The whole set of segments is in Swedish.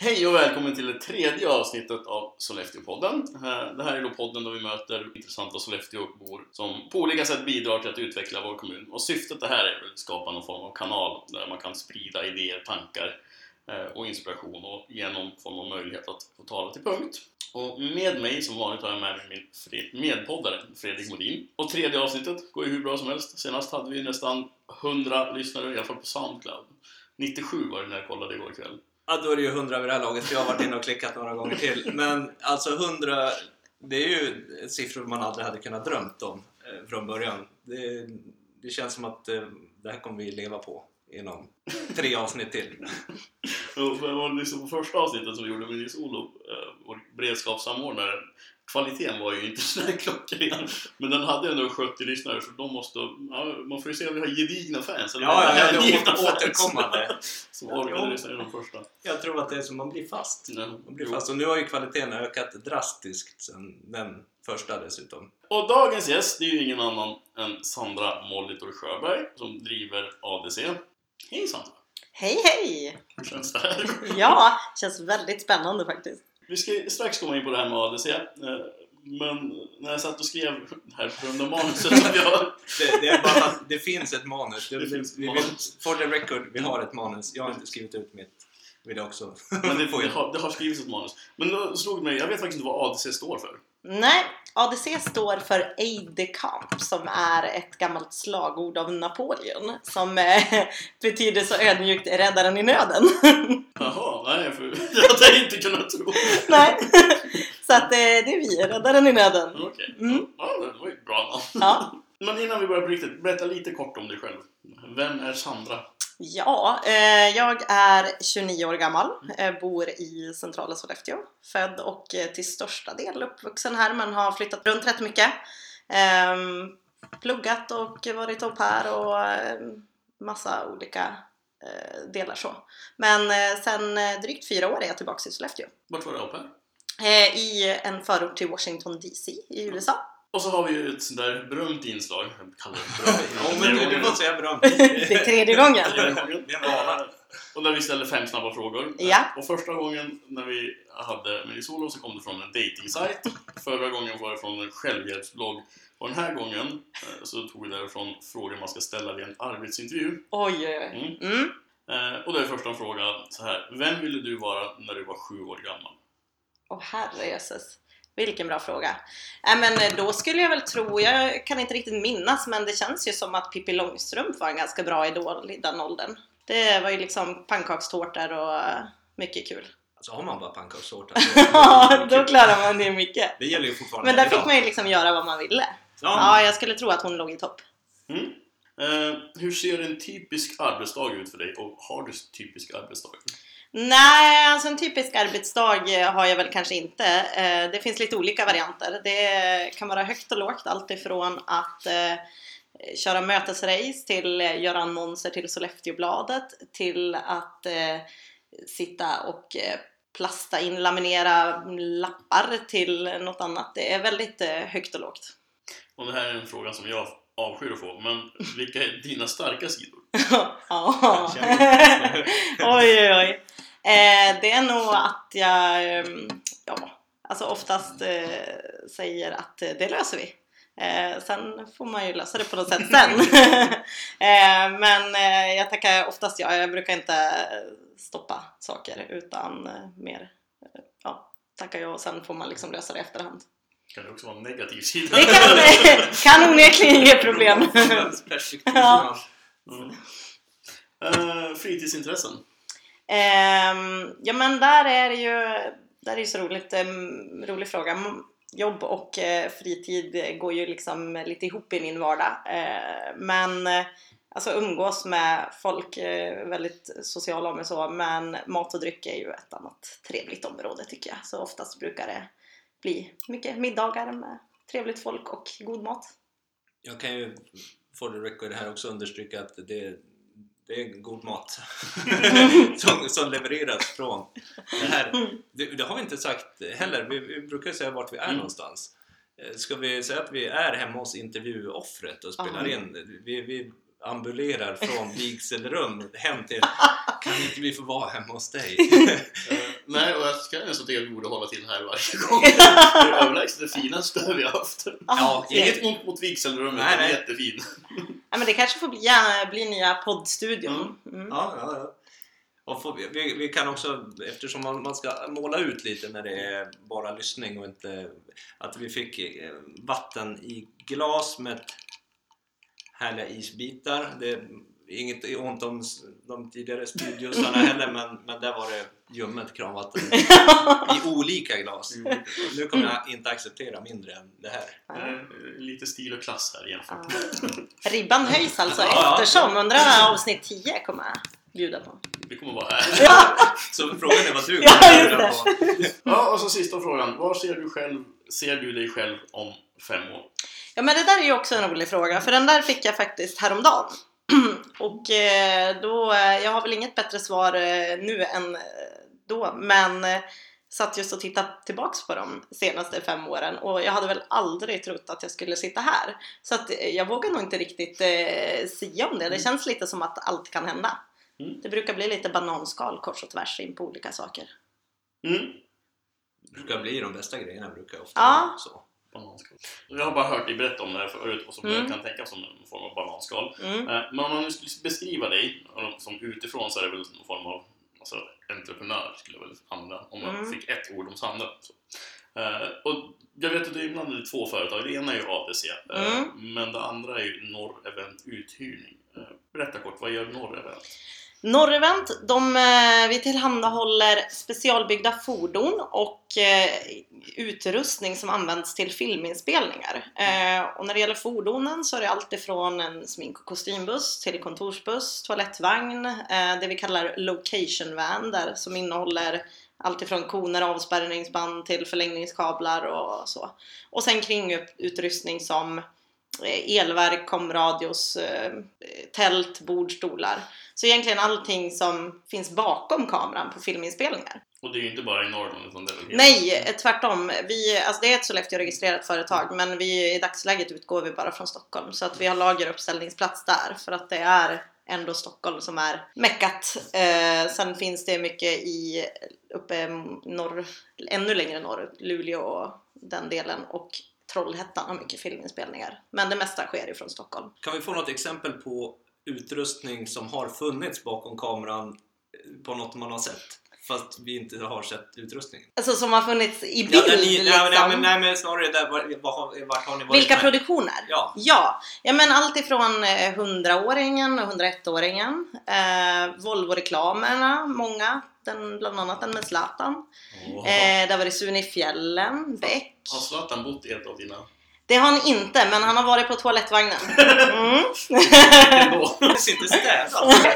Hej och välkommen till det tredje avsnittet av Sollefteå-podden. Det här är då podden där vi möter intressanta Sollefteåbor som på olika sätt bidrar till att utveckla vår kommun. Och syftet det här är att skapa någon form av kanal där man kan sprida idéer, tankar och inspiration och ge någon form av möjlighet att få tala till punkt. Och med mig som vanligt har jag med mig min medpoddare Fredrik Modin. Och tredje avsnittet går ju hur bra som helst. Senast hade vi nästan 100 lyssnare, i alla fall på Soundcloud. 97 var det när jag kollade igår kväll. Ja, då är det ju 100 vid det här laget, för jag har varit inne och klickat några gånger till. Men alltså 100, det är ju siffror man aldrig hade kunnat drömt om från början. Det känns som att det här kommer vi leva på inom 3 avsnitt till. Och det var liksom på första avsnittet som vi gjorde med Nils-Olof, vår beredskapssamordnare. Kvaliteten var ju inte så där klockren, men den hade ändå 70 lyssnare, så de måste, man får ju se om vi har gedigna fans. Eller Återkommande. Som orkade lyssna i de första. Jag tror att det är som man blir fast. Ja, Man blir fast. Och nu har ju kvaliteten ökat drastiskt sen den första dessutom. Och dagens gäst är ju ingen annan än Sandra Molitor Sjöberg som driver ADC. Hej Sandra! Hej hej! Hur känns det här? Ja, känns väldigt spännande faktiskt. Vi ska strax komma in på det här med ADC. Men när jag satt och skrev här på grund av manuset som vi har... Det är bara att det finns ett manus. For the record, vi har ett manus. Jag har inte skrivit ut mitt. Vill också. Men det har skrivits ett manus. Men då slog mig, jag vet faktiskt inte vad ADC står för. Nej, ADC står för Aide de Camp, som är ett gammalt slagord av Napoleon som betyder så ödmjukt räddaren i nöden. Jaha, nej, för jag hade inte kunnat tro. Nej, så att det är vi, räddaren i nöden. Okej. Mm. Ja, det var ju bra. Ja. Men innan vi börjar på riktigt, berätta lite kort om dig själv. Vem är Sandra? Ja, jag är 29 år gammal, bor i centrala Sollefteå, född och till största del uppvuxen här, men har flyttat runt rätt mycket, pluggat och varit au pair och massa olika delar så. Men sen drygt 4 år är jag tillbaka i Sollefteå. Vart var du au pair? I en förort till Washington DC i USA. Och så har vi ju ett sånt där berömt inslag. Jag kallar det berömt. Men du får säga berömt. Det är tredje gången. Och där vi ställer 5 snabba frågor. Ja. Och första gången när vi hade med Solo så kom det från en dating-sajt. Förra gången var det från en självhjälpsblogg. Och den här gången så tog vi därifrån frågor man ska ställa vid en arbetsintervju. Oj. Och då är första frågan så här. Vem ville du vara när du var 7 år gammal? Herrejösses. Vilken bra fråga. Men då skulle jag väl tro, jag kan inte riktigt minnas, men det känns ju som att Pippi Långstrump var en ganska bra idol i den åldern. Det var ju liksom pannkakstårtor och mycket kul. Alltså har man bara pannkakstårtor? Ja, då klarar man det mycket. Det gäller ju fortfarande. Men där fick man ju liksom göra vad man ville. Ja, jag skulle tro att hon låg i topp. Hur ser en typisk arbetsdag ut för dig? Och har du typisk arbetsdag? Nej, alltså en typisk arbetsdag har jag väl kanske inte. Det finns lite olika varianter. Det kan vara högt och lågt, allt ifrån att köra mötesrace till göra annonser till Sollefteåbladet till att sitta och plasta in, laminera lappar till något annat. Det är väldigt högt och lågt. Och det här är en fråga som jag avskyr att få, men vilka är dina starka sidor? Ja. Oj. Det är nog att jag alltså oftast säger att det löser vi. Sen får man ju lösa det på något sätt sen. Men jag tackar oftast jag brukar inte stoppa saker utan mer tackar jag och sen får man liksom lösa det efterhand. Kan det också vara en negativ sida? Det kan onekligen ge problem. Fritidsintressen? Ja, men där är ju så rolig fråga. Jobb och fritid går ju liksom lite ihop i min vardag. Men alltså umgås med folk, väldigt sociala med så. Men mat och dryck är ju ett annat trevligt område tycker jag. Så oftast brukar det bli mycket middagar med trevligt folk och god mat. Jag kan ju for the record här också understryka att det är god mat som levereras från det här. Det har vi inte sagt heller. Vi brukar säga vart vi är någonstans. Ska vi säga att vi är hemma hos intervjuoffret och spelar in? Vi ambulerar från vigselrum hem till kan inte vi få vara hemma hos dig? Nej, och jag ska ens att jag borde hålla till här varje gång. Det är överlägset det finaste vi har haft. Ja, Inget ont mot vigselrummet, det är jättefin. Ja, men det kanske får bli nya poddstudion. Ja. Och vi kan också, eftersom man ska måla ut lite när det är bara lyssning och inte att vi fick vatten i glas med härliga isbitar. Det är inget ont om de tidigare studiosarna heller, men där var det ljummet kranvatten i olika glas. Nu kommer jag inte acceptera mindre än det här. Lite stil och klass här jämfört. Ribban höjs alltså eftersom undrar avsnitt 10 kommer jag bjuda på. Vi kommer vara här. Så frågan är vad du kommer bjuda på. Ja, och så sista frågan. Var ser du dig själv om 5 år? Ja, men det där är ju också en rolig fråga, för den där fick jag faktiskt häromdagen. Och då, jag har väl inget bättre svar nu än då, men satt just och tittade tillbaks på de senaste 5 åren och jag hade väl aldrig trott att jag skulle sitta här. Så att jag vågar nog inte riktigt säga om det. Det känns lite som att allt kan hända. Det brukar bli lite bananskal kors och tvärs in på olika saker. Det brukar bli de bästa grejerna, brukar ofta vara så. Bananskal. Jag har bara hört dig berätta om det här förut och som jag kan tänka som en form av bananskal. Men om man nu skulle beskriva dig som utifrån så är det väl en form av entreprenör skulle jag väl använda om man fick ett ord om Sandra. Och jag vet att du är ibland 2 företag. Det ena är ju ADC, men det andra är ju Norr Event Uthyrning. Berätta kort, vad gör Norr Event? Norr Event, vi tillhandahåller specialbyggda fordon och utrustning som används till filminspelningar. Och när det gäller fordonen så är det allt ifrån en smink- och kostymbuss till kontorsbuss, toalettvagn, det vi kallar location van där, som innehåller allt ifrån koner, avspärrningsband till förlängningskablar och så. Och sen kringutrustning som elverk, komradios, tält, bord, stolar. Så egentligen allting som finns bakom kameran på filminspelningar. Och det är ju inte bara i Norrland utan det är väl Nej, tvärtom. Det är ett Sollefteå-registrerat företag, men i dagsläget utgår vi bara från Stockholm. Så att vi har lageruppställningsplats där, för att det är ändå Stockholm som är meckat. Sen finns det mycket uppe norr, ännu längre norr, Luleå och den delen, och Trollhättan har mycket filminspelningar. Men det mesta sker ifrån Stockholm. Kan vi få något exempel på utrustning som har funnits bakom kameran på något man har sett? Fast vi inte har sett utrustningen. Alltså som har funnits i bild liksom. Nej, men snarare där, vart har ni varit? Vilka produktioner? Ja, men allt ifrån 100-åringen och 101-åringen. Volvo-reklamerna, många. Bland annat den med Zlatan. Där var det Sune i fjällen, Beck. Har Zlatan bott i ett av dina? Det har han inte, men han har varit på toalettvagnen. Det ser inte städat.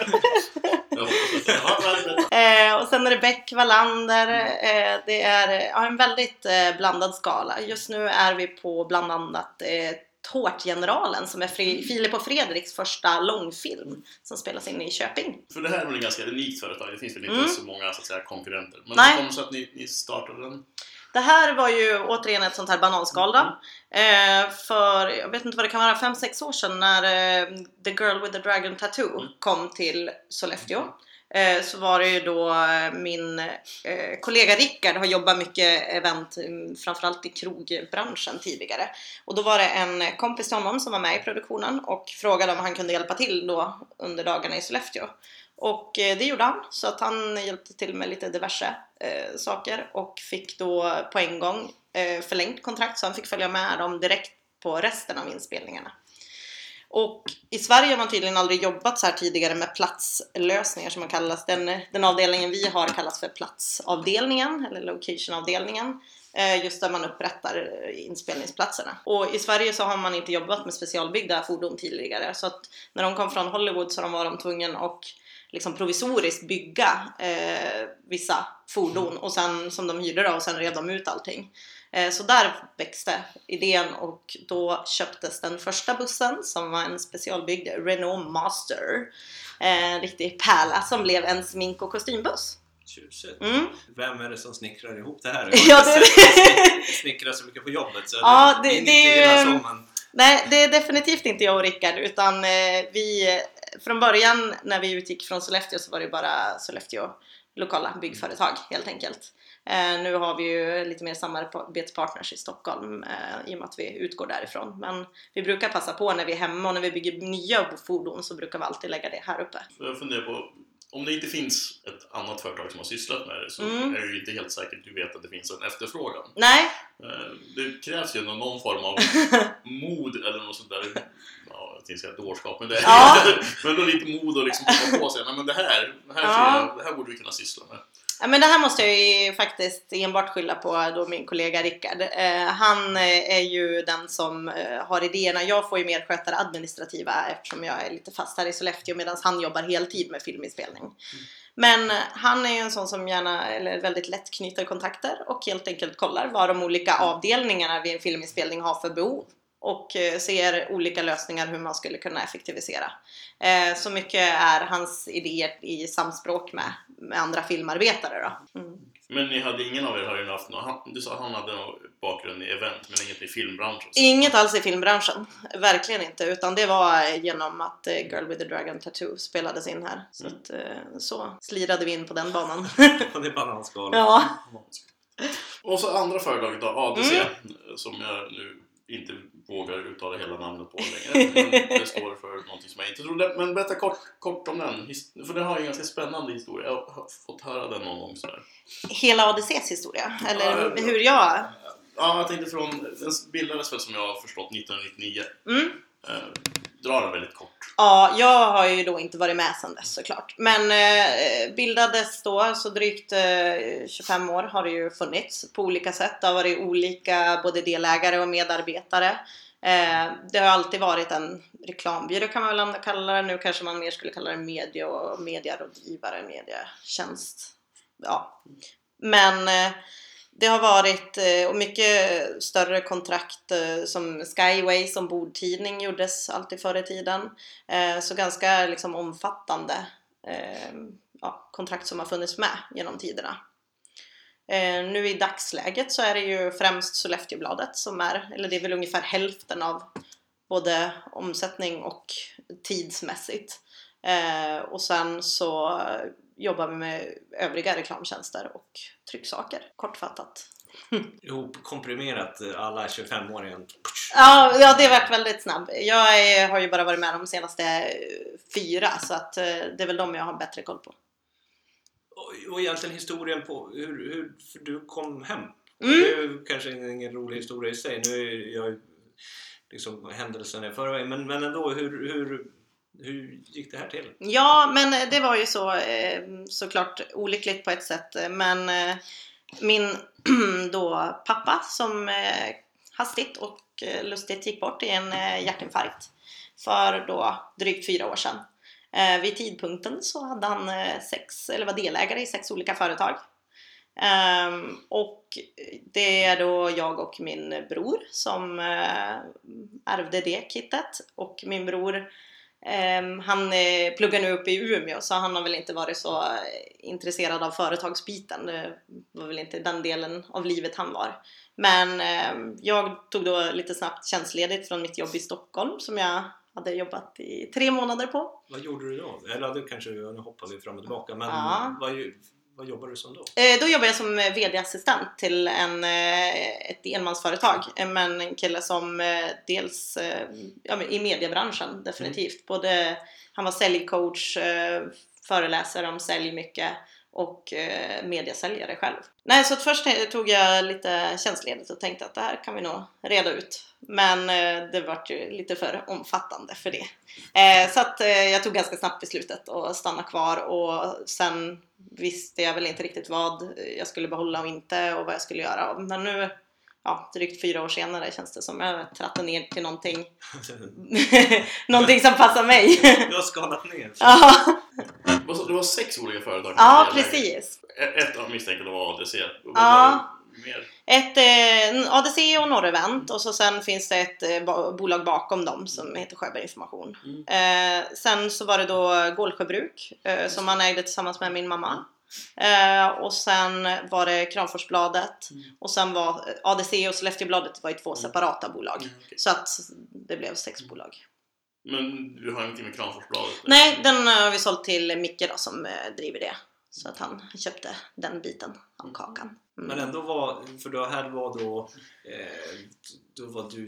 Och sen är det Beck, Wallander. Det är en väldigt blandad skala. Just nu är vi på bland annat Tårtgeneralen, som är Filip och Fredriks första långfilm som spelas in i Köping. För det här är väl ett ganska unikt företag. Det finns väl inte så många så att säga konkurrenter. Men det kommer så att ni startade den. Det här var ju återigen ett sånt här bananskal då. För, jag vet inte vad det kan vara, 5-6 år sedan när The Girl with the Dragon Tattoo kom till Sollefteå. Så var det ju då min kollega Rickard har jobbat mycket event, framförallt i krogbranschen tidigare. Och då var det en kompis till honom som var med i produktionen och frågade om han kunde hjälpa till då under dagarna i Sollefteå. Och det gjorde han, så att han hjälpte till med lite diverse saker och fick då på en gång förlängt kontrakt, så han fick följa med dem direkt på resten av inspelningarna. Och i Sverige har man tydligen aldrig jobbat så här tidigare med platslösningar som man kallas. Den avdelningen vi har kallas för platsavdelningen eller locationavdelningen. Just där man upprättar inspelningsplatserna. Och i Sverige så har man inte jobbat med specialbyggda fordon tidigare. Så att när de kom från Hollywood så var de tvungna att liksom provisoriskt bygga vissa fordon och sen, som de hyrde då, och sen rev de ut allting. Så där växte idén och då köptes den första bussen som var en specialbyggd Renault Master. Riktig pärla som blev en smink- och kostymbuss. Tjusigt. Vem är det som snickrar ihop det här? Ja, det snickrar så mycket på jobbet så ja, det är inte illa så, men... Nej, det är definitivt inte jag och Rickard, utan vi från början när vi utgick från Sollefteå så var det bara Sollefteå lokala byggföretag helt enkelt. Nu har vi ju lite mer samarbetspartners i Stockholm i och med att vi utgår därifrån. Men vi brukar passa på när vi är hemma och när vi bygger nya fordon så brukar vi alltid lägga det här uppe. Så jag funderar på, om det inte finns ett annat företag som har sysslat med det så är det ju inte helt säkert att du vet att det finns en efterfrågan. Nej. Det krävs ju någon form av mod eller något sånt där. Ja, jag tänkte säga dårskap, men men då lite mod och liksom komma på sig. Nej, men det här borde vi kunna syssla med. Ja, men det här måste jag ju faktiskt enbart skylla på då min kollega Rickard. Han är ju den som har idéerna. Jag får ju mer sköta det administrativa eftersom jag är lite fast här i Sollefteå medan han jobbar heltid med filminspelning. Men han är ju en sån som gärna, eller väldigt lätt knyter kontakter och helt enkelt kollar vad de olika avdelningarna vid en filminspelning har för behov. Och ser olika lösningar hur man skulle kunna effektivisera. Så mycket är hans idéer i samspråk med andra filmarbetare då. Men ni hade ingen av er har ju haft något, du sa att han hade någon bakgrund i event men inget i filmbranschen? Inget alls i filmbranschen, verkligen inte. Utan det var genom att Girl with the Dragon Tattoo spelades in här. Så, så slirade vi in på den banan. Och det är bananskal. Ja. Och så andra företaget då, ADC, som jag nu inte vågar uttala hela namnet på längre. Men det står för någonting som jag inte trodde. Men berätta kort om den. För det har ju en ganska spännande historia. Jag har fått höra den någon gång sådär. Hela ADCs historia? Eller hur jag... Ja, jag tänkte den bildades väl som jag har förstått 1999. Drar den väldigt kort. Ja, jag har ju då inte varit med sedan dess såklart. Men bildades då, så drygt 25 år har det ju funnits på olika sätt. Det har varit olika både delägare och medarbetare. Det har alltid varit en reklambyrå kan man väl kalla det. Nu kanske man mer skulle kalla det medierådgivare, medietjänst. Ja. Men det har varit och mycket större kontrakt som Skyway som bordtidning gjordes alltid förr i tiden. Så ganska liksom omfattande kontrakt som har funnits med genom tiderna. Nu i dagsläget så är det ju främst Sollefteåbladet som eller det är väl ungefär hälften av både omsättning och tidsmässigt. Och sen så jobbar vi med övriga reklamtjänster och trycksaker, kortfattat. Komprimerat alla 25-åringen. Ja, det har varit väldigt snabb. Jag har ju bara varit med de senaste 4, så att det är väl de jag har bättre koll på. Och egentligen historien på hur du kom hem. Det är ju kanske ingen rolig historia i sig. Nu är jag liksom händelsen i förväg. Men ändå, hur gick det här till? Ja, men det var ju såklart olyckligt på ett sätt. Men min då pappa som hastigt och lustigt gick bort i en hjärtinfarkt för då drygt 4 år sedan. Vid tidpunkten så hade han var delägare i 6 olika företag. Och det är då jag och min bror som ärvde det kittet. Och min bror han pluggar nu upp i Umeå, så han har väl inte varit så intresserad av företagsbiten. Det var väl inte den delen av livet han var. Men jag tog då lite snabbt tjänstledigt från mitt jobb i Stockholm som jag hade jobbat i 3 månader på. Vad gjorde du då? Eller nu hoppar vi fram och tillbaka. Men vad jobbar du som då? Då jobbar jag som vd-assistent till ett enmansföretag. Men en kille som dels i mediebranschen definitivt. Både han var säljcoach, föreläsare om sälj mycket och mediesäljare själv. Nej, så att först tog jag lite tjänstledigt och tänkte att det här kan vi nog reda ut. Men det var ju lite för omfattande för det. Så att jag tog ganska snabbt beslutet att stanna kvar. Och sen visste jag väl inte riktigt vad jag skulle behålla och inte och vad jag skulle göra. Men nu, drygt 4 år senare känns det som jag trattar ner till någonting som passar mig. Du har skalat ner. Ja. Det var 6 olika företag. Ja, precis. Ett av misstänker var ADC. Ja. Ett ADC och Norrevent, och så sen finns det ett bolag bakom dem som heter Sjöberg Information. Sen så var det då Gålsjöbruk som man ägde tillsammans med min mamma. Och sen var det Kramforsbladet. Och sen var ADC och Sollefteåbladet var ju 2 separata bolag. Okay. Så att det blev 6 bolag. Men du har ingenting med Kramforsbladet? Nej, den har vi sålt till Micke då, som driver det. Så att han köpte den biten av kakan. Men ändå var, för då här var då var du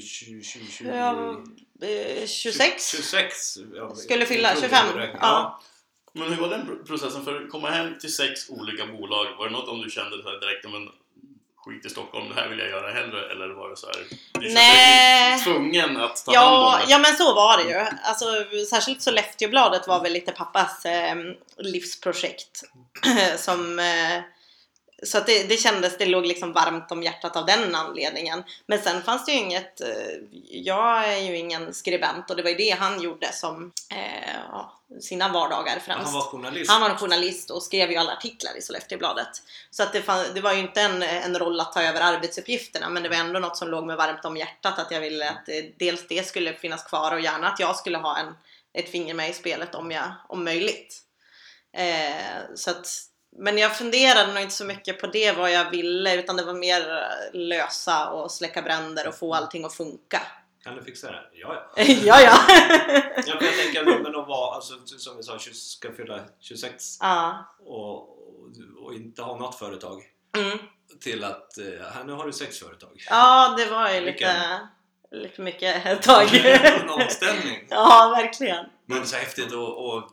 26. 26. Skulle fylla 25. Ja. Men hur var den processen för att komma hem till 6 olika bolag? Var det något om du kände så här direkt, men skit i Stockholm, det här vill jag göra hellre? Eller var det så här, du kände dig tvungen att ta hand om det? Ja, men så var det ju. Alltså, särskilt Sollefteåbladet var väl lite pappas livsprojekt. Så att det kändes, det låg liksom varmt om hjärtat av den anledningen. Men sen fanns det ju inget, jag är ju ingen skribent, och det var ju det han gjorde som sina vardagar främst. Han var journalist och skrev ju alla artiklar i Sollefteåbladet. Så att det var ju inte en roll att ta över arbetsuppgifterna, men det var ändå något som låg mig varmt om hjärtat, att jag ville att dels det skulle finnas kvar och gärna att jag skulle ha ett finger med i spelet om möjligt. Så att, men jag funderade nog inte så mycket på det, vad jag ville, utan det var mer lösa och släcka bränder och få allting att funka. Kan du fixa det? Ja. Ja. Jag tänker, men att vara, alltså, som vi sa, ska fylla 26 och inte ha något företag. Till att, här nu har du 6 företag. Ja, det var ju lite mycket ett tag. En omställning. Ja, verkligen. Men så häftigt och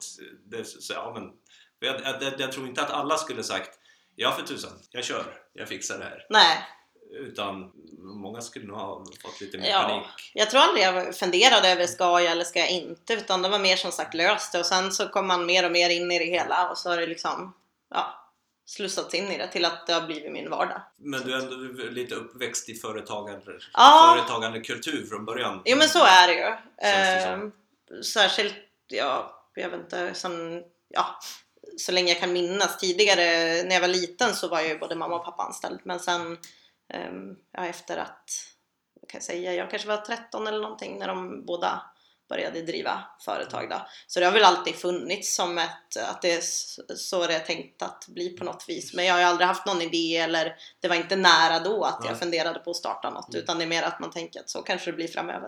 jag tror inte att alla skulle sagt, ja för tusan, jag kör, jag fixar det här. Nej. Utan många skulle nog ha fått lite mer panik. Jag tror aldrig jag funderade över ska jag eller ska jag inte, utan det var mer som sagt löst. Och sen så kom man mer och mer in i det hela, och så har det liksom slussats in i det till att det har blivit min vardag. Men du är ändå lite uppväxt i företagande kultur från början. Jo, men så är det ju. Särskilt, jag vet inte, så länge jag kan minnas. Tidigare när jag var liten så var ju både mamma och pappa anställd. Men sen efter att jag kanske var 13 eller någonting när de båda började driva företag då. Så det har väl alltid funnits som att det är så det är tänkt att bli på något vis. Men jag har ju aldrig haft någon idé, eller det var inte nära då att jag funderade på att starta något. Utan det är mer att man tänker att så kanske det blir framöver.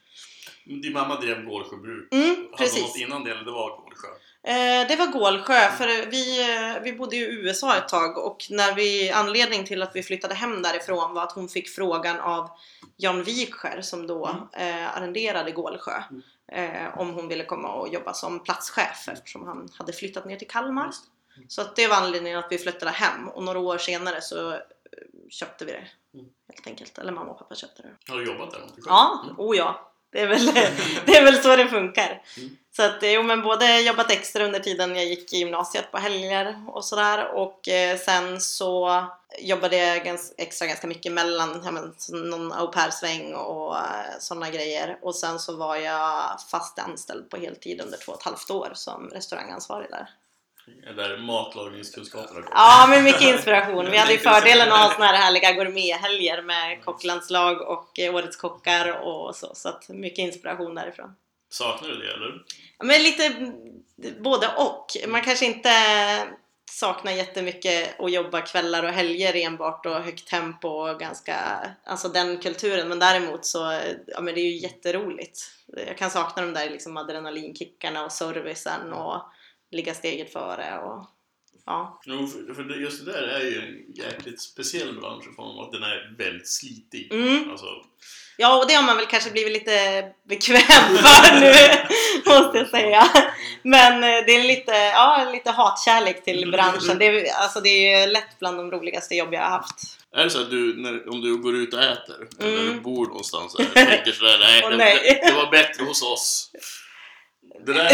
Din mamma drev Gålsjöbruk. Precis. Hade något innan det, eller det var Gålsjö? Det var Gålsjö, för vi bodde i USA ett tag, och anledning till att vi flyttade hem därifrån var att hon fick frågan av Jan Wikskär, som då arrenderade Gålsjö, om hon ville komma och jobba som platschef, eftersom han hade flyttat ner till Kalmar. Så att det var anledningen att vi flyttade hem, och några år senare så köpte vi det helt enkelt, eller mamma och pappa köpte det. Har du jobbat där? Ja. Det är väl så det funkar. Så att, men både jobbat extra under tiden jag gick i gymnasiet på helger och sådär. Och sen så jobbade jag ganska mycket mellan någon au pair-sväng och sådana grejer. Och sen så var jag fast anställd på heltid under 2,5 år som restaurangansvarig där. Eller matlagningskunskaper. Ja, med mycket inspiration. Vi hade ju fördelen att ha såna här härliga gourmethelger med kocklandslag och årets kockar och så. Så att mycket inspiration därifrån. Saknar du det, eller? Ja, men lite både och. Man kanske inte saknar jättemycket att jobba kvällar och helger enbart och högt tempo och alltså den kulturen. Men däremot så, men det är ju jätteroligt. Jag kan sakna de där liksom adrenalinkickarna och servicen och ligga steget före och Jo, för just det där är ju en jäkligt speciell bransch i form av att den är väldigt slitig. Alltså. Ja, och det har man väl kanske blivit lite bekväm för nu, måste jag säga. Men det är lite hatkärlek till branschen. Det är lätt bland de roligaste jobb jag har haft. Är det så att om du går ut och äter eller bor någonstans där, tänker sådär, nej, det var bättre hos oss. Det där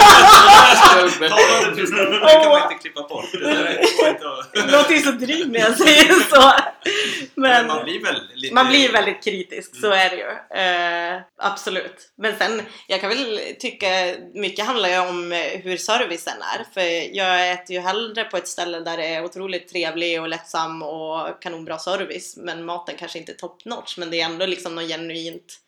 kan man inte klippa bort. Det låter ju så drygt när jag säger så. Men man blir väldigt kritisk, så är det ju. Absolut. Men sen, jag kan väl tycka mycket handlar ju om hur servicen är. För jag äter ju hellre på ett ställe där det är otroligt trevlig och lättsam och kanonbra service. Men maten kanske inte är top notch, men det är ändå liksom något genuint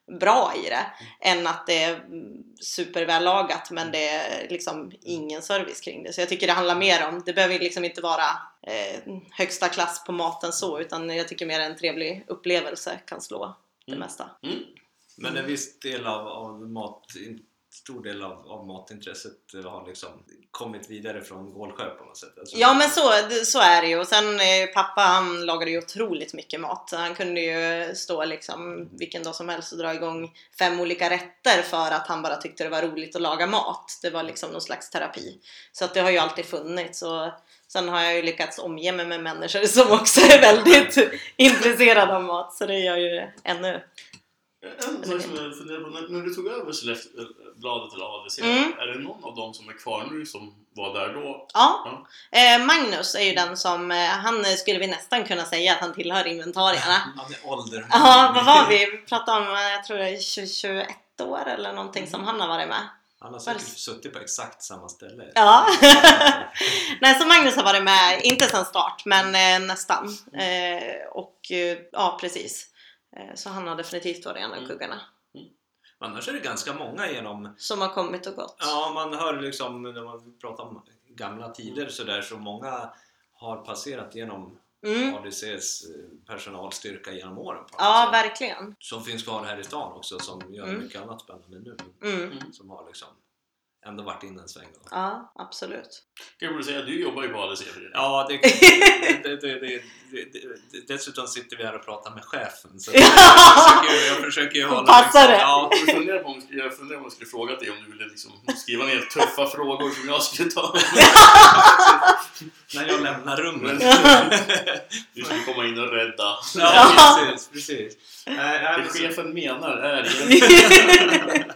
bra i det, än att det är supervällagat men det är liksom ingen service kring det. Så jag tycker det handlar mer om, det behöver liksom inte vara högsta klass på maten så, utan jag tycker mer en trevlig upplevelse kan slå det mesta. Men en viss del av stor del av matintresset har liksom kommit vidare från Gålsjö på något sätt. Alltså, ja, men så är det ju. Och sen pappa, han lagade ju otroligt mycket mat. Han kunde ju stå liksom vilken dag som helst och dra igång 5 olika rätter för att han bara tyckte det var roligt att laga mat. Det var liksom någon slags terapi. Så att det har ju alltid funnits. Och sen har jag ju lyckats omge mig med människor som också är väldigt intresserade av mat. Så det gör ju ännu. En sak som jag funderar på, när du tog över Sollefteåbladet eller ADC, är det någon av dem som är kvar nu som var där då? Ja. Magnus är ju den som, han skulle vi nästan kunna säga att han tillhör inventarierna. Han är ålder. Ja, vad var vi? Vi pratade om, jag tror det är 21 år eller någonting som han har varit med. Han har säkert suttit på exakt samma ställe. Ja. Nej, så Magnus har varit med, inte sedan start, men nästan. Och ja, precis. Så han har definitivt varit en av kuggarna. Annars är det ganska många genom... Som har kommit och gått. Ja, man hör liksom när man pratar om gamla tider så där, så många har passerat genom ADCs personalstyrka genom åren. Ja, verkligen. Som finns kvar här i stan också, som gör mycket annat spännande nu. Som har liksom ändå varit inne en sväng. Ja, absolut. Kan du säga att du jobbar ju på ADC? Ja, dessutom sitter vi här och pratar med chefen. Så jag försöker ju hålla... Passar det? Ja, jag funderar på om jag skulle fråga dig om du ville liksom skriva ner tuffa frågor som jag skulle ta. När jag lämnar rummet. Du skulle komma in och rädda. Ja, precis. Det chefen menar är det.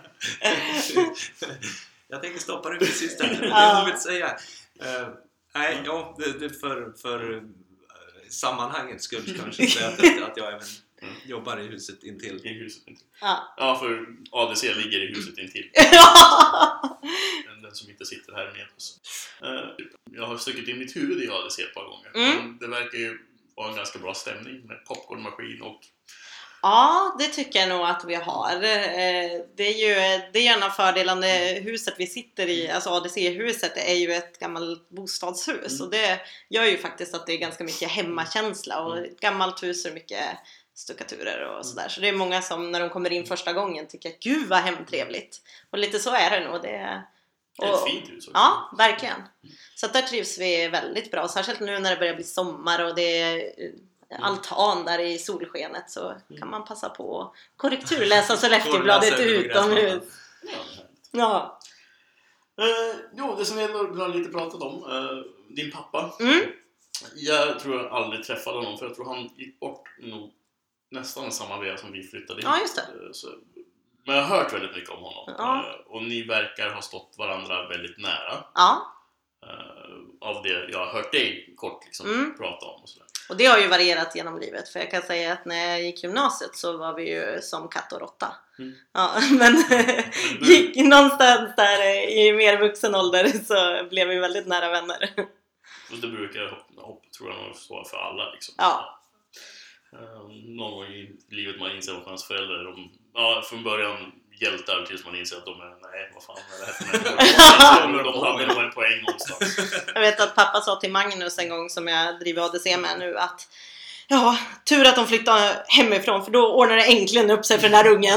Jag tänker stoppa det precis där. Det är vad jag vill säga. Nej, ja, det för sammanhanget skulle kanske säga att jag även jobbar i huset intill. I huset intill. Ja, för ADC ligger i huset intill. Den som inte sitter här med oss. Jag har stuckit in mitt huvud i ADC ett par gånger. Men det verkar ju vara en ganska bra stämning med popcornmaskin och... Ja, det tycker jag nog att vi har. Det är ju en av fördelarna. Huset vi sitter i, alltså ADC-huset, är ju ett gammalt bostadshus. Och det gör ju faktiskt att det är ganska mycket hemmakänsla. Och ett gammalt hus är mycket stuckaturer och sådär. Så det är många som när de kommer in första gången tycker gud vad hemtrevligt. Och lite så är det nog. Det är ett fint hus också. Ja, verkligen. Så där trivs vi väldigt bra. Särskilt nu när det börjar bli sommar och det är altan där i solskenet, så kan man passa på att korrekturläsa Sollefteåbladet utomhus. Ja. Jo, det som vi har lite pratat om, din pappa. Jag tror jag aldrig träffade honom, för jag tror han gick bort nog nästan samma veva som vi flyttade in. Ja, just det. Men jag har hört väldigt mycket om honom. Och ni verkar ha stått varandra väldigt nära. Ja. Av det jag har hört dig kort liksom prata om och sådär. Och det har ju varierat genom livet, för jag kan säga att när jag gick gymnasiet så var vi ju som katt och råtta. Ja, men gick någonstans där i mer vuxen ålder så blev vi väldigt nära vänner. Och det brukar jag tror jag nog så för alla liksom. Ja. Någon gång i livet man inser att hans föräldrar från början hjältar tills man inser att de är, nej, vad fan är det här för något? De hade nog en poäng någonstans. Jag vet att pappa sa till Magnus en gång, som jag driver ADC med nu, att ja, tur att de flyttade hemifrån, för då ordnar det äntligen upp sig för den här ungen.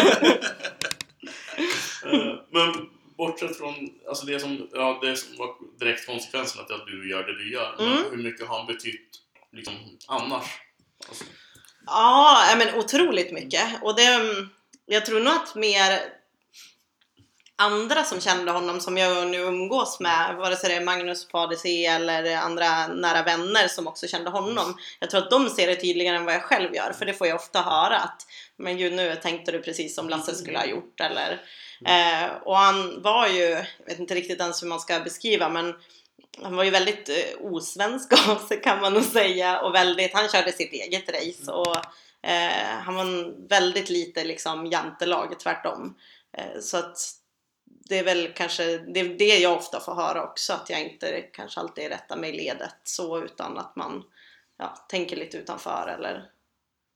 Men bortsett från alltså det som var direkt konsekvensen att du gör det du gör, men hur mycket har han betytt liksom annars? Alltså. Ja, men otroligt mycket. Och jag tror nog att mer andra som kände honom, som jag nu umgås med, vare sig det är Magnus på ADC eller andra nära vänner som också kände honom, jag tror att de ser det tydligare än vad jag själv gör, för det får jag ofta höra att, men gud, nu tänkte du precis som Lasse skulle ha gjort, eller och han var ju, jag vet inte riktigt ens hur man ska beskriva, men han var ju väldigt osvensk av sig, kan man nog säga, och han körde sitt eget race, och han var väldigt lite liksom jantelag, tvärtom. Så att det är väl kanske det jag ofta får höra också, att jag inte kanske alltid är rätta mig i ledet så, utan att man tänker lite utanför eller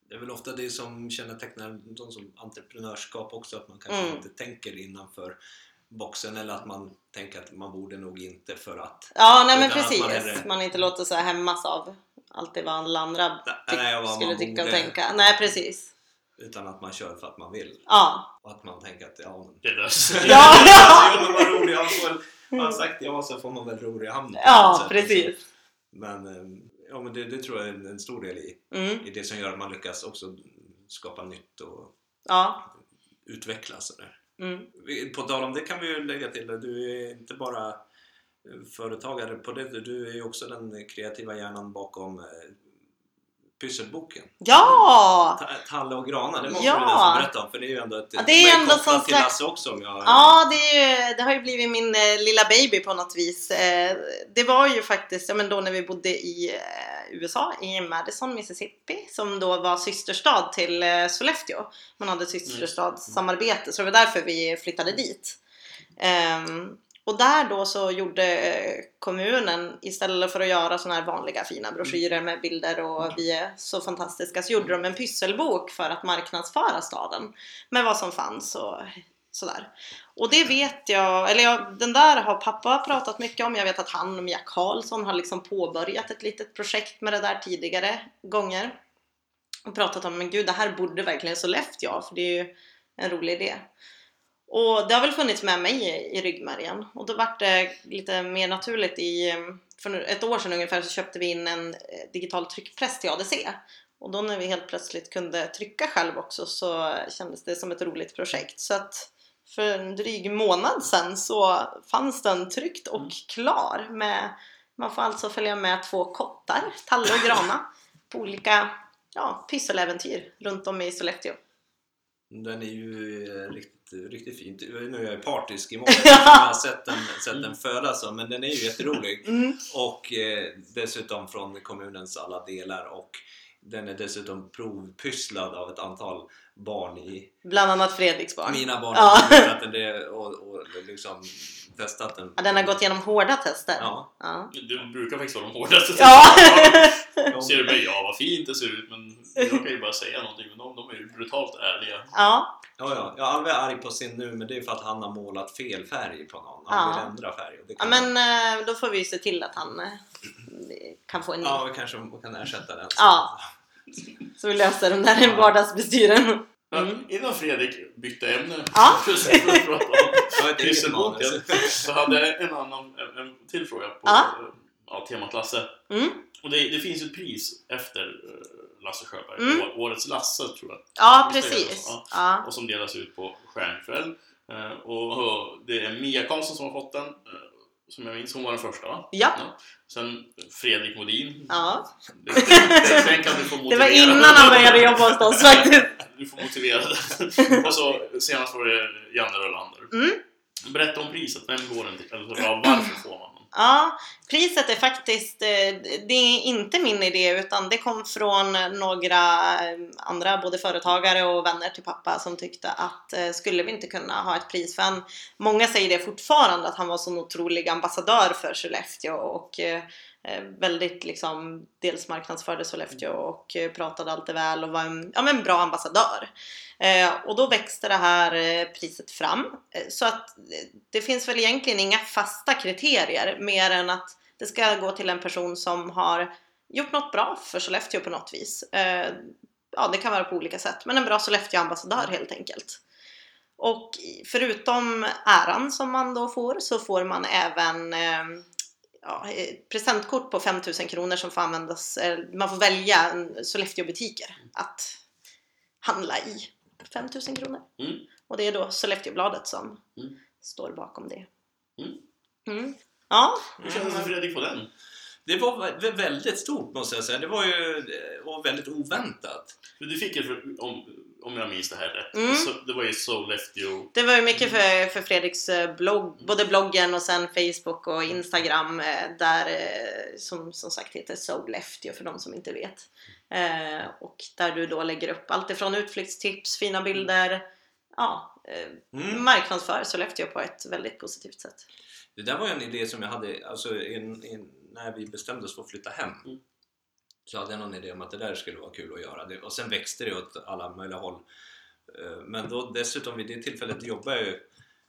Det är väl ofta det som kännetecknar de som entreprenörskap också, att man kanske inte tänker innanför boxen, eller att man tänker att man borde nog inte för att... Ja, nej men utan att precis. Man inte låter sig hämmas av allt det vad alla andra vad skulle man tycka och borde. tänka. Nej, precis. Utan att man kör för att man vill. Ja. Och att man tänker att Det löser sig. Ja, men vad rolig, man har sagt ja, så får man väl ro i hamnen. ja precis. Men, men det tror jag är en stor del i det som gör att man lyckas också skapa nytt och utvecklas. På tal om det kan vi ju lägga till att du är inte bara företagare på det, du är ju också den kreativa hjärnan bakom pysselboken. Ja! Talle och Grana, det måste Ja. vi nästan berätta om, för det är ju ändå ett... det är ändå kopplat som till sagt... Lasse också, om jag... Ja, det har ju blivit min lilla baby på något vis. Det var ju faktiskt, men då när vi bodde i USA, i Madison, Mississippi, som då var systerstad till Sollefteå. Man hade systerstadssamarbete, så det var därför vi flyttade dit. Och där då så gjorde kommunen, istället för att göra såna här vanliga fina broschyrer med bilder och vi är så fantastiska, så gjorde de en pysselbok för att marknadsföra staden med vad som fanns och sådär. Och det vet jag, den där har pappa pratat mycket om. Jag vet att han och Mia Karlsson har liksom påbörjat ett litet projekt med det där tidigare gånger. Och pratat om, men gud, det här borde verkligen Sollefteå, för det är ju en rolig idé. Och det har väl funnits med mig i ryggmärgen. Och då var det lite mer naturligt för ett år sedan ungefär så köpte vi in en digital tryckpress till ADC. Och då när vi helt plötsligt kunde trycka själv också så kändes det som ett roligt projekt. Så att för en dryg månad sedan så fanns den tryckt och klar. Man får alltså följa med 2 kottar, Talle och Grana, på olika pysseläventyr runt om i Sollefteå. Den är ju riktigt fint. Nu är jag partisk i mål. Jag har sett den födas, men den är ju jätterolig. Och dessutom från kommunens alla delar, och den är dessutom provpysslad av ett antal barn i... Bland annat Fredriks barn. Mina barn. Och liksom testat den. Ja, den har gått igenom hårda tester. Ja. Det brukar faktiskt vara de hårdaste. Ja. Ser du mig? Ja, vad fint det ser ut. Men jag kan ju bara säga någonting. Men de är ju brutalt ärliga. Ja. Jag är aldrig arg på sin nu, men det är för att han har målat fel färg på någon. Han vill ändra färg. Och det kan men då får vi se till att han kan få en ny. Ja, vi kanske kan ersätta den. Ja. Så vi löser den där vardagsbestyren. Innan Fredrik bytte ämne Jag så hade jag en till fråga på temat Lasse. Och det finns ett pris efter Lasse Sjöberg, årets Lasse tror jag. Ja, precis. Och som delas ut på Stjärnkväll. Och det är Mia Karlsson som har fått den. Som jag minns, hon var den första, va? Ja. Sen Fredrik Modin. Ja. Den kan du få motivera. Det var innan han började jobba hos oss faktiskt. Du får motivera det. Och så senast var det Janne Rölander. Berätta om priset. Vem går den till? Eller varför får man den? Ja, priset är faktiskt, det är inte min idé, utan det kom från några andra, både företagare och vänner till pappa, som tyckte att skulle vi inte kunna ha ett pris för han. Många säger det fortfarande, att han var så en otrolig ambassadör för Sollefteå och väldigt liksom dels marknadsförde Sollefteå och pratade alltid väl och var en bra ambassadör. Och då växte det här priset fram. Så att det finns väl egentligen inga fasta kriterier mer än att det ska gå till en person som har gjort något bra för Sollefteå på något vis. Det kan vara på olika sätt, men en bra Sollefteå-ambassadör helt enkelt. Och förutom äran som man då får, så får man även presentkort på 5 000 kronor som får användas. Man får välja Sollefteå-butiker att handla i. 5 000 kronor. Och det är då Sollefteåbladet som står bakom det. Ja. Hur kändes det Fredrik på den? Det var väldigt stort, måste jag säga. Det var ju väldigt oväntat. Du fick om jag minns det här rätt. Så det var ju Sollefteå. Det var ju mycket för Fredriks blogg, både bloggen och sen Facebook och Instagram, där som sagt heter Sollefteå för de som inte vet. Och där du då lägger upp allt ifrån utflyktstips, fina bilder, marknadsför Sollefteå på ett väldigt positivt sätt. Det där var ju en idé som jag hade, alltså när vi bestämde oss för att flytta hem. så hade jag någon idé om att det där skulle vara kul att göra. Och sen växte det åt alla möjliga håll. Men då dessutom vid det tillfället jobbade jag ju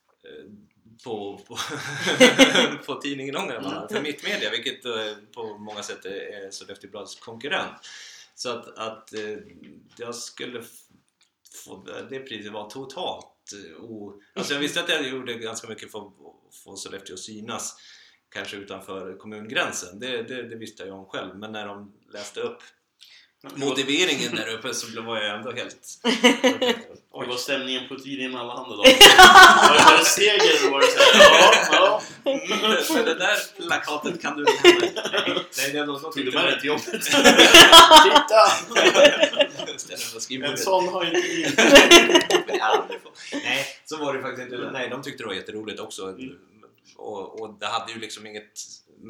på tidningen Ångermanland för Mittmedia, vilket på många sätt är Sollefteåbladets konkurrent. Så att jag skulle få det priset var totalt alltså jag visste att jag gjorde ganska mycket för att få Sollefteå att synas kanske utanför kommungränsen, det visste jag om själv, men när de läste upp motiveringen där uppe så var jag ändå helt Oj, var stämningen på tidningen alla hand idag? Var det seger? Var det såhär, men det där plakatet kan du nej, det är något tog du med dig till jobbet? Titta! En sån har inte vi. Nej, så var det faktiskt inte. Nej, de tyckte det var jätteroligt också. Och det hade ju liksom inget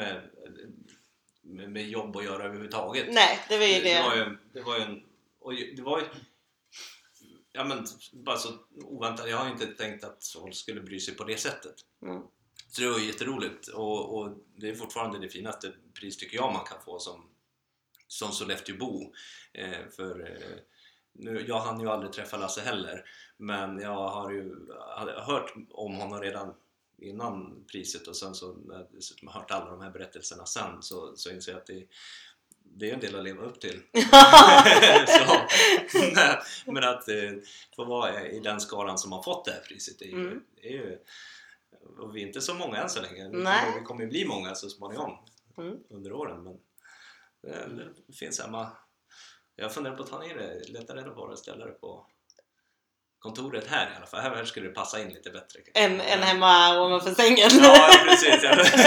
med jobb att göra överhuvudtaget. Nej, det var ju det var ju ja, men bara så oväntat. Jag har inte tänkt att folk skulle bry sig på det sättet. Så det var jätteroligt och det är fortfarande det finaste pris tycker jag man kan få som Sollefteåbo. För nu, jag hann ju aldrig träffa Lasse heller, men jag hade hört om honom redan innan priset, och sen så när jag dessutom hört alla de här berättelserna sen så inser jag att det är en del att leva upp till. Men att få vara i den skalan som har fått det här priset är ju och vi är inte så många än så länge. Vi kommer ju bli många så småningom under åren, men det finns hemma. Jag funderar på att ta ner det, leta reda på det och ställa det på kontoret här i alla fall. Här skulle det passa in lite bättre. Än hemma ovanför sängen. Ja, precis.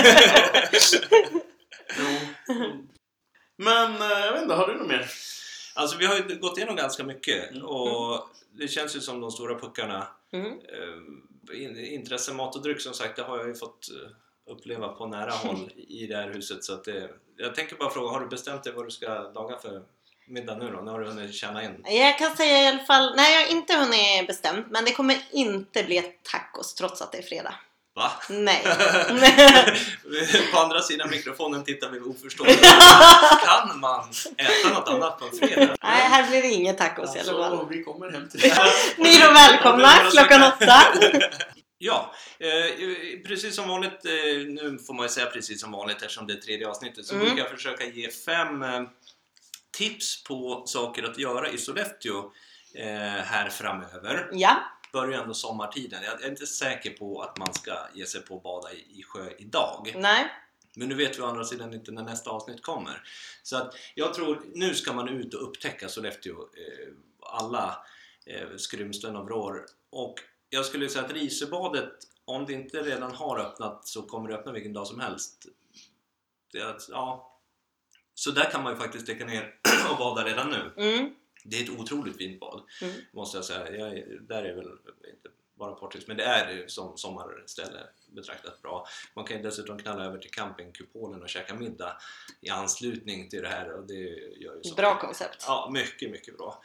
Men jag vet inte, har du något mer? Alltså vi har ju gått igenom ganska mycket och det känns ju som de stora puckarna. Intresse, mat och dryck som sagt, det har jag ju fått uppleva på nära håll i det här huset. Så att jag tänker bara fråga, har du bestämt dig vad du ska laga för middag nu då? När har du hunnit känna in? Jag kan säga i alla fall, nej jag har inte hunnit bestämt, men det kommer inte bli tacos trots att det är fredag. Va? Nej. På andra sidan mikrofonen tittar vi oförstående. Kan man äta något annat på en fredag? Nej, här blir det inget tacos i alla fall. Vi kommer hem till det. Ni är då välkomna klockan 8. Ja, precis som vanligt, nu får man ju säga precis som vanligt eftersom det är tredje avsnittet, så brukar jag försöka ge 5 tips på saker att göra i Sollefteå här framöver. Ja. Börjar ändå sommartiden. Jag är inte säker på att man ska ge sig på att bada i sjö idag. Nej. Men nu vet vi å andra sidan inte när nästa avsnitt kommer. Så att jag tror, nu ska man ut och upptäcka Sollefteå, alla skrymslen av vrår. Och jag skulle säga att Risebadet, om det inte redan har öppnat så kommer det öppna vilken dag som helst. Så där kan man ju faktiskt sticka ner och bada redan nu. Det är ett otroligt fint bad, måste jag säga. Där är väl inte bara portis, men det är ju som sommarställe betraktat bra. Man kan ju dessutom knalla över till campingkupolen och käka middag i anslutning till det här. Och det gör ju bra koncept. Ja, mycket, mycket bra.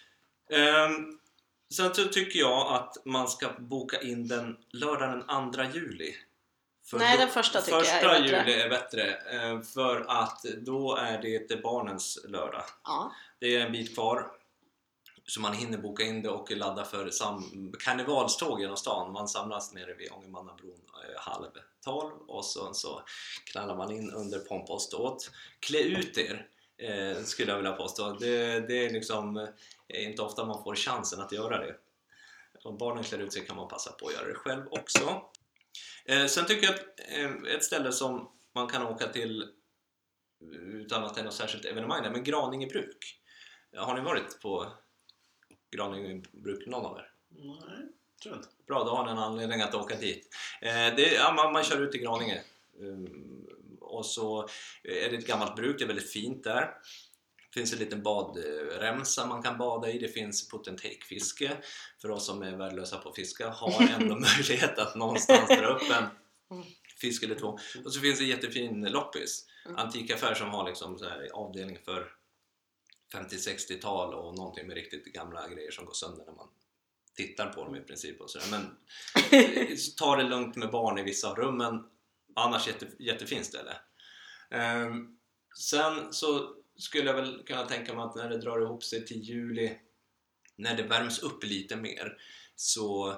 Sen så tycker jag att man ska boka in den lördagen den 2 juli. Nej, den första tycker jag är bättre. 1 juli är bättre, för att då är det barnens lördag. Ja. Det är en bit kvar, så man hinner boka in det och ladda för karnevalståg genom stan. Man samlas nere vid Ångermannabron 11:30 och så knallar man in under pompa och ståt. Klä ut er, skulle jag vilja påstå. Det är liksom inte ofta man får chansen att göra det. Om barnen klär ut sig kan man passa på att göra det själv också. Sen tycker jag att ett ställe som man kan åka till utan att det är något särskilt evenemang där, men Graningebruk. Har ni varit på Graningebruk, någon av er? Nej, tror jag inte. Bra, då har ni en anledning att åka dit. Man kör ut till Graninge och så är det ett gammalt bruk, det är väldigt fint där. Det finns en liten badremsa man kan bada i. Det finns put-and-take-fiske. För oss som är värdelösa på fiska har ändå möjlighet att någonstans dra upp en fisk eller 2. Och så finns det en jättefin loppis. Antikaffär som har liksom så här avdelning för 50-60-tal och någonting med riktigt gamla grejer som går sönder när man tittar på dem i princip. Och så där. Men ta det lugnt med barn i vissa av rummen. Annars jättefint ställe. Sen så skulle jag väl kunna tänka mig att när det drar ihop sig till juli, när det värms upp lite mer, så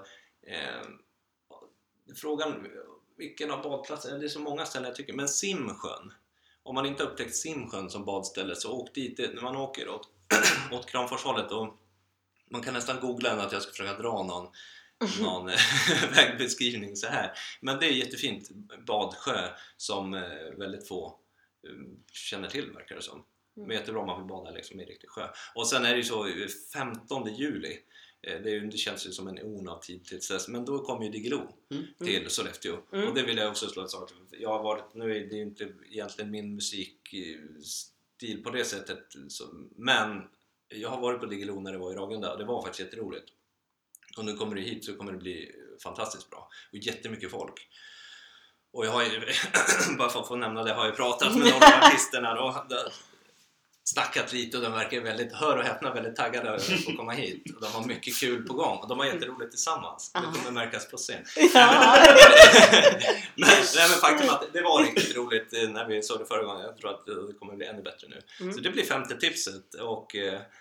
frågan vilken av badplatserna, det är så många ställen jag tycker, men Simsjön, om man inte upptäckt Simsjön som badställe, så åk dit när man åker åt Kramforshållet, och man kan nästan googla att jag ska försöka dra någon vägbeskrivning så här, men det är jättefint badsjö som väldigt få känner till, verkar det som. Men jättebra om man vill bada liksom i riktig sjö. Och sen är det ju så 15 juli, det känns ju som en on av tid till dess, men då kommer ju Diggiloo till Sollefteå. Och det vill jag också slå ett slag. Jag har varit, nu är det ju inte egentligen min musikstil på det sättet, men jag har varit på Diggiloo när det var i Ragunda, och det var faktiskt jätteroligt. Och nu kommer det hit så kommer det bli fantastiskt bra. Och jättemycket folk. Och jag har ju, bara för att få nämna det, har jag pratat med några av artisterna då, snackat lite, och de verkar väldigt, hör och häpna, väldigt taggade att få komma hit. Och de har mycket kul på gång, och de har jätteroligt tillsammans. Det kommer märkas på scen. men faktum att det var riktigt roligt när vi såg det förra gången. Jag tror att det kommer bli ännu bättre nu. Så det blir 5:e tipset, och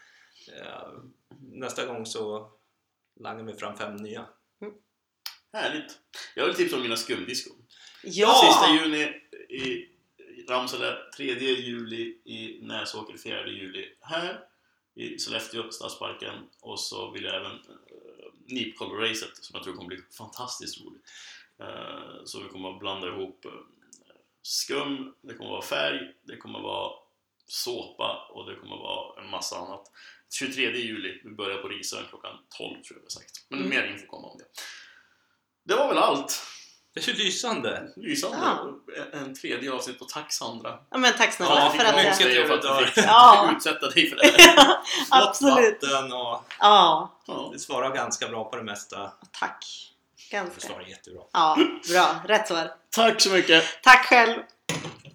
nästa gång så langar vi fram 5 nya. Härligt. Jag vill tipsa om mina skumdiskon. Ja! Sista juni i Ramsele, 3 juli i Näsåker, 4 juli här i Sollefteå, Stadsparken. Och så vill jag även Nipkoll-racet, som jag tror kommer bli fantastiskt roligt. Så vi kommer att blanda ihop skum, det kommer att vara färg, det kommer att vara såpa, och det kommer att vara en massa annat. 23 juli, vi börjar på Risön klockan 12, tror jag vi har sagt. Men mer info kommer om det. Det var väl allt. Det är lysande. Ja. En 3:e avsnitt på tack, Sandra. Ja, men tack snälla för att jag jag... fick utsätta dig för det här. Absolut. Vatten och Ja. det svarar ganska bra på det mesta. Tack. Det Ganska. svarar jättebra. Ja, bra. Rätt svar. Tack så mycket. Tack själv.